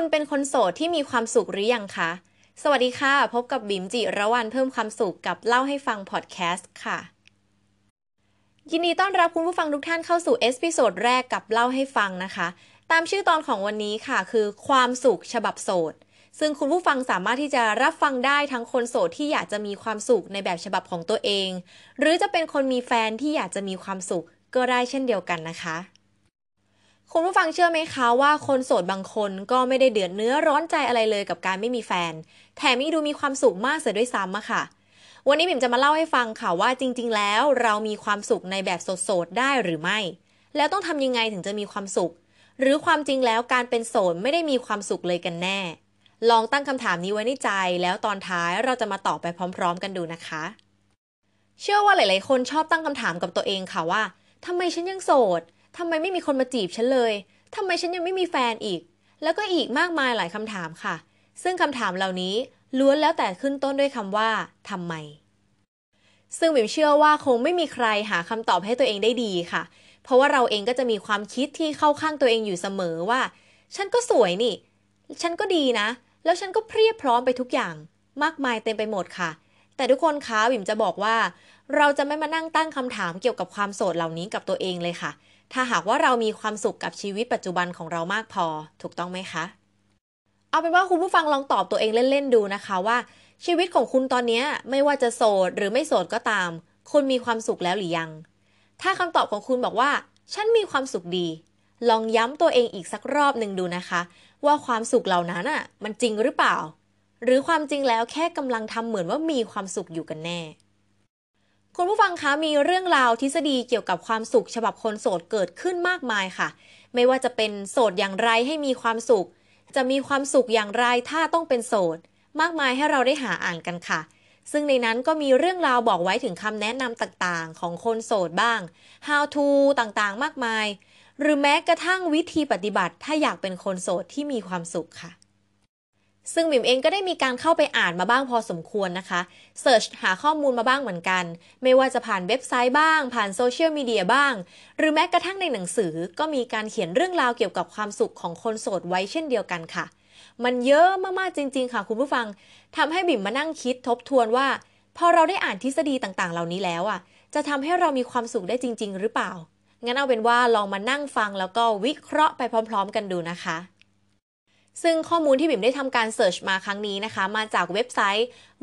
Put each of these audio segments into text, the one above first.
เป็นคนโสดที่มีความสุขหรือยังคะสวัสดีค่ะพบกับบิ่มจิรวรรณเพิ่มความสุขกับเล่าให้ฟังพอดแคสต์ค่ะยินดีต้อนรับคุณผู้ฟังทุกท่านเข้าสู่เอพิโซดแรกกับเล่าให้ฟังนะคะตามชื่อตอนของวันนี้ค่ะคือความสุขฉบับโสดซึ่งคุณผู้ฟังสามารถที่จะรับฟังได้ทั้งคนโสดที่อยากจะมีความสุขในแบบฉบับของตัวเองหรือจะเป็นคนมีแฟนที่อยากจะมีความสุขก็ได้เช่นเดียวกันนะคะคุณผู้ฟังเชื่อไหมคะว่าคนโสดบางคนก็ไม่ได้เดือดเนื้อร้อนใจอะไรเลยกับการไม่มีแฟนแถมยังดูมีความสุขมากเสียด้วยซ้ำอะค่ะวันนี้บิ่มจะมาเล่าให้ฟังค่ะว่าจริงๆแล้วเรามีความสุขในแบบโสดๆได้หรือไม่แล้วต้องทำยังไงถึงจะมีความสุขหรือความจริงแล้วการเป็นโสดไม่ได้มีความสุขเลยกันแน่ลองตั้งคำถามนี้ไว้ในใจแล้วตอนท้ายเราจะมาตอบไปพร้อมๆกันดูนะคะเชื่อว่าหลายๆคนชอบตั้งคำถามกับตัวเองค่ะว่าทำไมฉันยังโสดทำไมไม่มีคนมาจีบฉันเลยทำไมฉันยังไม่มีแฟนอีกแล้วก็อีกมากมายหลายคำถามค่ะซึ่งคำถามเหล่านี้ล้วนแล้วแต่ขึ้นต้นด้วยคำว่าทำไมซึ่งบิ่มเชื่อว่าคงไม่มีใครหาคำตอบให้ตัวเองได้ดีค่ะเพราะว่าเราเองก็จะมีความคิดที่เข้าข้างตัวเองอยู่เสมอว่าฉันก็สวยนี่ฉันก็ดีนะแล้วฉันก็เพรียบพร้อมไปทุกอย่างมากมายเต็มไปหมดค่ะแต่ทุกคนคะบิ่มจะบอกว่าเราจะไม่มานั่งตั้งคำถามเกี่ยวกับความโสดเหล่านี้กับตัวเองเลยค่ะถ้าหากว่าเรามีความสุขกับชีวิตปัจจุบันของเรามากพอถูกต้องไหมคะเอาเป็นว่าคุณผู้ฟังลองตอบตัวเองเล่นๆดูนะคะว่าชีวิตของคุณตอนนี้ไม่ว่าจะโสดหรือไม่โสดก็ตามคุณมีความสุขแล้วหรือยังถ้าคำตอบของคุณบอกว่าฉันมีความสุขดีลองย้ำตัวเองอีกสักรอบหนึ่งดูนะคะว่าความสุขเหล่านั้นมันจริงหรือเปล่าหรือความจริงแล้วแค่กำลังทำเหมือนว่ามีความสุขอยู่กันแน่คุณผู้ฟังคะมีเรื่องราวทฤษฎีเกี่ยวกับความสุขฉบับคนโสดเกิดขึ้นมากมายค่ะไม่ว่าจะเป็นโสดอย่างไรให้มีความสุขจะมีความสุขอย่างไรถ้าต้องเป็นโสดมากมายให้เราได้หาอ่านกันค่ะซึ่งในนั้นก็มีเรื่องราวบอกไว้ถึงคำแนะนำต่างๆของคนโสดบ้าง how to ต่างๆมากมายหรือแม้กระทั่งวิธีปฏิบัติถ้าอยากเป็นคนโสดที่มีความสุขค่ะซึ่งบิ่มเองก็ได้มีการเข้าไปอ่านมาบ้างพอสมควรนะคะเสิร์ชหาข้อมูลมาบ้างเหมือนกันไม่ว่าจะผ่านเว็บไซต์บ้างผ่านโซเชียลมีเดียบ้างหรือแม้กระทั่งในหนังสือก็มีการเขียนเรื่องราวเกี่ยวกับความสุขของคนโสดไว้เช่นเดียวกันค่ะมันเยอะมากๆจริงๆค่ะคุณผู้ฟังทำให้บิ่มมานั่งคิดทบทวนว่าพอเราได้อ่านทฤษฎีต่างๆเหล่านี้แล้วจะทำให้เรามีความสุขได้จริงๆหรือเปล่างั้นเอาเป็นว่าลองมานั่งฟังแล้วก็วิเคราะห์ไปพร้อมๆกันดูนะคะซึ่งข้อมูลที่บิ่มได้ทำการเสิร์ชมาครั้งนี้นะคะมาจากเว็บไซต์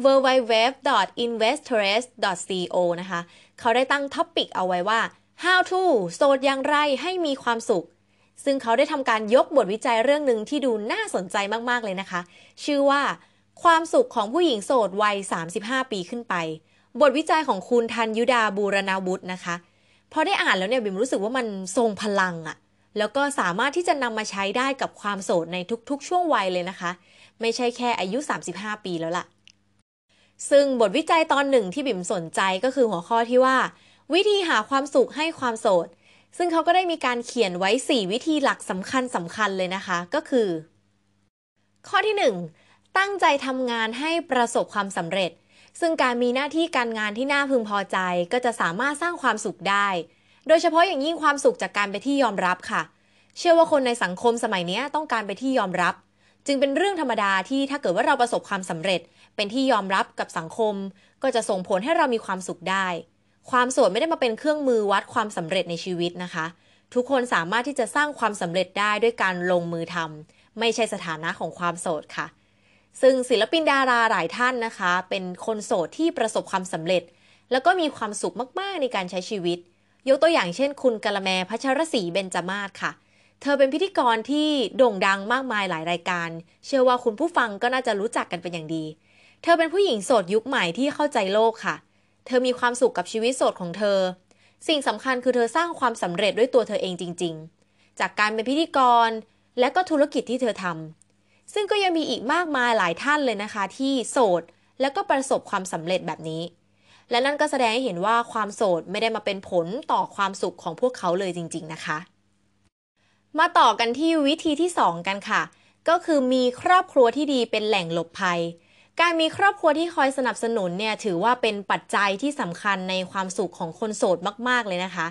www.investoress.co นะคะเขาได้ตั้งท็อปิกเอาไว้ว่า how to โสดอย่างไรให้มีความสุขซึ่งเขาได้ทำการยกบทวิจัยเรื่องหนึ่งที่ดูน่าสนใจมากๆเลยนะคะชื่อว่าความสุขของผู้หญิงโสดวัย35ปีขึ้นไปบทวิจัยของคุณธัญญุดาบูรณวุฒินะคะพอได้อ่านแล้วเนี่ยบิ่มรู้สึกว่ามันทรงพลังแล้วก็สามารถที่จะนำมาใช้ได้กับความโสดในทุกๆช่วงวัยเลยนะคะไม่ใช่แค่อายุ35ปีแล้วล่ะซึ่งบทวิจัยตอนหนึ่งที่บิ่มสนใจก็คือหัวข้อที่ว่าวิธีหาความสุขให้ความโสดซึ่งเขาก็ได้มีการเขียนไว้4วิธีหลักสำคัญเลยนะคะก็คือข้อที่1ตั้งใจทำงานให้ประสบความสำเร็จซึ่งการมีหน้าที่การงานที่น่าพึงพอใจก็จะสามารถสร้างความสุขได้โดยเฉพาะอย่างยิ่งความสุขจากการไปที่ยอมรับค่ะเชื่อว่าคนในสังคมสมัยนี้ต้องการไปที่ยอมรับจึงเป็นเรื่องธรรมดาที่ถ้าเกิดว่าเราประสบความสำเร็จเป็นที่ยอมรับกับสังคมก็จะส่งผลให้เรามีความสุขได้ความโสดไม่ได้มาเป็นเครื่องมือวัดความสำเร็จในชีวิตนะคะทุกคนสามารถที่จะสร้างความสำเร็จได้ด้วยการลงมือทำไม่ใช่สถานะของความโสดค่ะซึ่งศิลปินดาราหลายท่านนะคะเป็นคนโสดที่ประสบความสำเร็จแล้วก็มีความสุขมากๆในการใช้ชีวิตยกตัวอย่างเช่นคุณกะละแมพัชรศรีเบญจมาศค่ะเธอเป็นพิธีกรที่โด่งดังมากมายหลายรายการเชื่อว่าคุณผู้ฟังก็น่าจะรู้จักกันเป็นอย่างดีเธอเป็นผู้หญิงโสดยุคใหม่ที่เข้าใจโลกค่ะเธอมีความสุขกับชีวิตโสดของเธอสิ่งสำคัญคือเธอสร้างความสำเร็จด้วยตัวเธอเองจริงๆจากการเป็นพิธีกรและก็ธุรกิจที่เธอทำซึ่งก็ยังมีอีกมากมายหลายท่านเลยนะคะที่โสดและก็ประสบความสำเร็จแบบนี้และนั่นก็แสดงให้เห็นว่าความโสดไม่ได้มาเป็นผลต่อความสุขของพวกเขาเลยจริงๆนะคะมาต่อกันที่วิธีที่2กันค่ะก็คือมีครอบครัวที่ดีเป็นแหล่งหลบภัยการมีครอบครัวที่คอยสนับสนุนเนี่ยถือว่าเป็นปัจจัยที่สำคัญในความสุขของคนโสดมากๆเลยนะคะ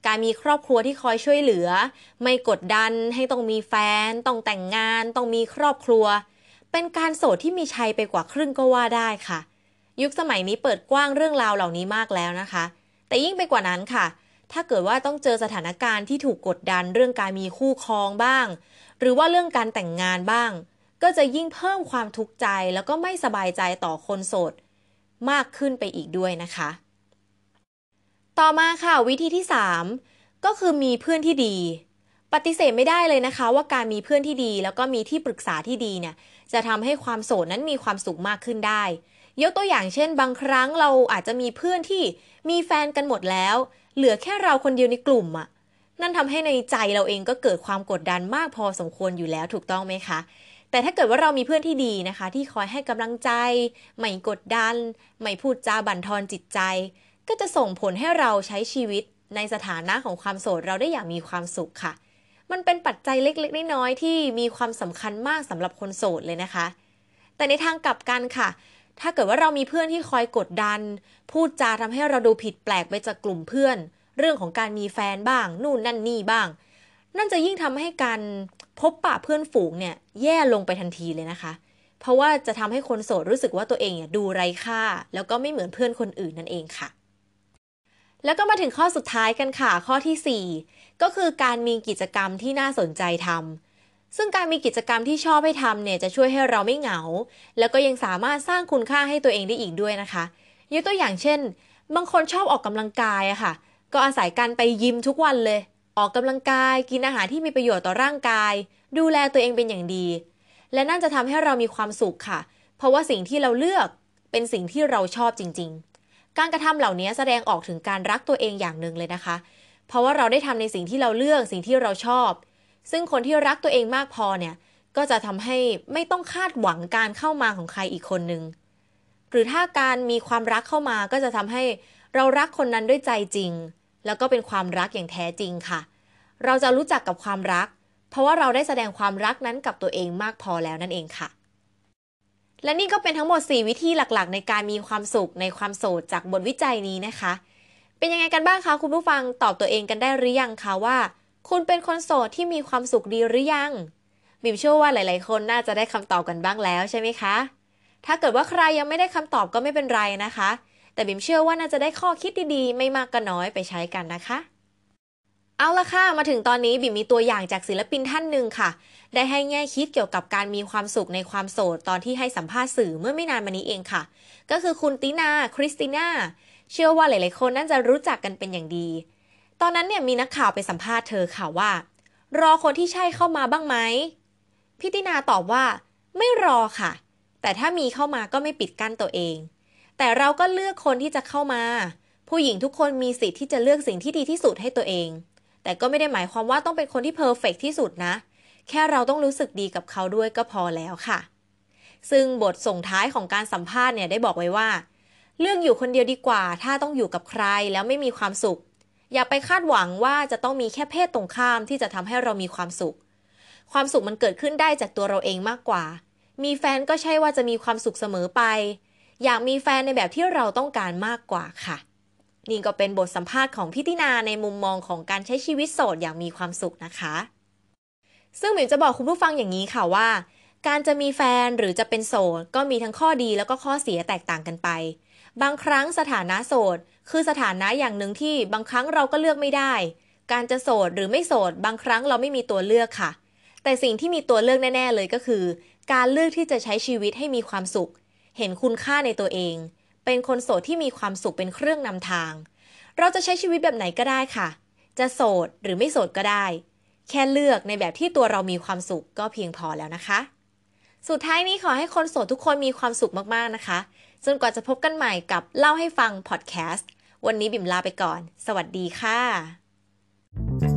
การมีครอบครัวที่คอยช่วยเหลือไม่กดดันให้ต้องมีแฟนต้องแต่งงานต้องมีครอบครัวเป็นการโสดที่มีชัยไปกว่าครึ่งก็ว่าได้ค่ะยุคสมัยนี้เปิดกว้างเรื่องราวเหล่านี้มากแล้วนะคะแต่ยิ่งไปกว่านั้นค่ะถ้าเกิดว่าต้องเจอสถานการณ์ที่ถูกกดดันเรื่องการมีคู่ครองบ้างหรือว่าเรื่องการแต่งงานบ้างก็จะยิ่งเพิ่มความทุกข์ใจแล้วก็ไม่สบายใจต่อคนโสดมากขึ้นไปอีกด้วยนะคะต่อมาค่ะวิธีที่3ก็คือมีเพื่อนที่ดีปฏิเสธไม่ได้เลยนะคะว่าการมีเพื่อนที่ดีแล้วก็มีที่ปรึกษาที่ดีเนี่ยจะทำให้ความโสดนั้นมีความสุขมากขึ้นได้ยกตัวอย่างเช่นบางครั้งเราอาจจะมีเพื่อนที่มีแฟนกันหมดแล้วเหลือแค่เราคนเดียวในกลุ่มอ่ะนั่นทำให้ในใจเราเองก็เกิดความกดดันมากพอสมควรอยู่แล้วถูกต้องไหมคะแต่ถ้าเกิดว่าเรามีเพื่อนที่ดีนะคะที่คอยให้กำลังใจไม่กดดันไม่พูดจาบั่นทอนจิตใจก็จะส่งผลให้เราใช้ชีวิตในสถานะของความโสดเราได้อย่างมีความสุขค่ะมันเป็นปัจจัยเล็กๆน้อยๆที่มีความสำคัญมากสำหรับคนโสดเลยนะคะแต่ในทางกลับกันค่ะถ้าเกิดว่าเรามีเพื่อนที่คอยกดดันพูดจาทำให้เราดูผิดแปลกไปจากกลุ่มเพื่อนเรื่องของการมีแฟนบ้างนู่นนั่นนี่บ้างนั่นจะยิ่งทำให้การพบปะเพื่อนฝูงเนี่ยแย่ลงไปทันทีเลยนะคะเพราะว่าจะทำให้คนโสดรู้สึกว่าตัวเองเนี่ยดูไร้ค่าแล้วก็ไม่เหมือนเพื่อนคนอื่นนั่นเองค่ะแล้วก็มาถึงข้อสุดท้ายกันค่ะข้อที่4ก็คือการมีกิจกรรมที่น่าสนใจทำซึ่งการมีกิจกรรมที่ชอบให้ทำเนี่ยจะช่วยให้เราไม่เหงาแล้วก็ยังสามารถสร้างคุณค่าให้ตัวเองได้อีกด้วยนะคะยกตัวอย่างเช่นบางคนชอบออกกำลังกายอะค่ะก็อาศัยการไปยิมทุกวันเลยออกกำลังกายกินอาหารที่มีประโยชน์ต่อร่างกายดูแลตัวเองเป็นอย่างดีและนั่นจะทำให้เรามีความสุขค่ะเพราะว่าสิ่งที่เราเลือกเป็นสิ่งที่เราชอบจริงๆการกระทำเหล่านี้แสดงออกถึงการรักตัวเองอย่างหนึ่งเลยนะคะเพราะว่าเราได้ทำในสิ่งที่เราเลือกสิ่งที่เราชอบซึ่งคนที่รักตัวเองมากพอเนี่ยก็จะทำให้ไม่ต้องคาดหวังการเข้ามาของใครอีกคนนึงหรือถ้าการมีความรักเข้ามาก็จะทำให้เรารักคนนั้นด้วยใจจริงแล้วก็เป็นความรักอย่างแท้จริงค่ะเราจะรู้จักกับความรักเพราะว่าเราได้แสดงความรักนั้นกับตัวเองมากพอแล้วนั่นเองค่ะและนี่ก็เป็นทั้งหมด4วิธีหลักๆในการมีความสุขในความโสดจากบทวิจัยนี้นะคะเป็นยังไงกันบ้างคะคุณผู้ฟังตอบตัวเองกันได้หรือยังคะว่าคุณเป็นคนโสดที่มีความสุขดีหรือยังบิ่มเชื่อว่าหลายๆคนน่าจะได้คำตอบกันบ้างแล้วใช่ไหมคะถ้าเกิดว่าใครยังไม่ได้คำตอบก็ไม่เป็นไรนะคะแต่บิ่มเชื่อว่าน่าจะได้ข้อคิดดีๆไม่มากก็น้อยไปใช้กันนะคะเอาละค่ะมาถึงตอนนี้บิ่มมีตัวอย่างจากศิลปินท่านหนึ่งค่ะได้ให้แง่คิดเกี่ยวกับการมีความสุขในความโสดตอนที่ให้สัมภาษณ์สื่อเมื่อไม่นานมานี้เองค่ะก็คือคุณตินาคริสติน่าเชื่อว่าหลายๆคนน่าจะรู้จักกันเป็นอย่างดีตอนนั้นเนี่ยมีนักข่าวไปสัมภาษณ์เธอค่ะว่ารอคนที่ใช่เข้ามาบ้างไหมพี่ตินาตอบว่าไม่รอค่ะแต่ถ้ามีเข้ามาก็ไม่ปิดกั้นตัวเองแต่เราก็เลือกคนที่จะเข้ามาผู้หญิงทุกคนมีสิทธิ์ที่จะเลือกสิ่งที่ดีที่สุดให้ตัวเองแต่ก็ไม่ได้หมายความว่าต้องเป็นคนที่เพอร์เฟกต์ที่สุดนะแค่เราต้องรู้สึกดีกับเขาด้วยก็พอแล้วค่ะซึ่งบทส่งท้ายของการสัมภาษณ์เนี่ยได้บอกไว้ว่าเลือกอยู่คนเดียวดีกว่าถ้าต้องอยู่กับใครแล้วไม่มีความสุขอย่าไปคาดหวังว่าจะต้องมีแค่เพศตรงข้ามที่จะทำให้เรามีความสุขความสุขมันเกิดขึ้นได้จากตัวเราเองมากกว่ามีแฟนก็ใช่ว่าจะมีความสุขเสมอไปอยากมีแฟนในแบบที่เราต้องการมากกว่าค่ะนี่ก็เป็นบทสัมภาษณ์ของพี่ตินาในมุมมองของการใช้ชีวิตโสดอย่างมีความสุขนะคะซึ่งหมิวจะบอกคุณผู้ฟังอย่างนี้ค่ะว่าการจะมีแฟนหรือจะเป็นโสดก็มีทั้งข้อดีแล้วก็ข้อเสียแตกต่างกันไปบางครั้งสถานะโสดคือสถานะอย่างหนึ่งที่บางครั้งเราก็เลือกไม่ได้การจะโสดหรือไม่โสดบางครั้งเราไม่มีตัวเลือกค่ะแต่สิ่งที่มีตัวเลือกแน่ๆเลยก็คือการเลือกที่จะใช้ชีวิตให้มีความสุขเห็นคุณค่าในตัวเองเป็นคนโสดที่มีความสุขเป็นเครื่องนำทางเราจะใช้ชีวิตแบบไหนก็ได้ค่ะจะโสดหรือไม่โสดก็ได้แค่เลือกในแบบที่ตัวเรามีความสุขก็เพียงพอแล้วนะคะสุดท้ายนี้ขอให้คนโสดทุกคนมีความสุขมากๆนะคะจนกว่าจะพบกันใหม่กับเล่าให้ฟังพอดแคสต์วันนี้บิ่มลาไปก่อนสวัสดีค่ะ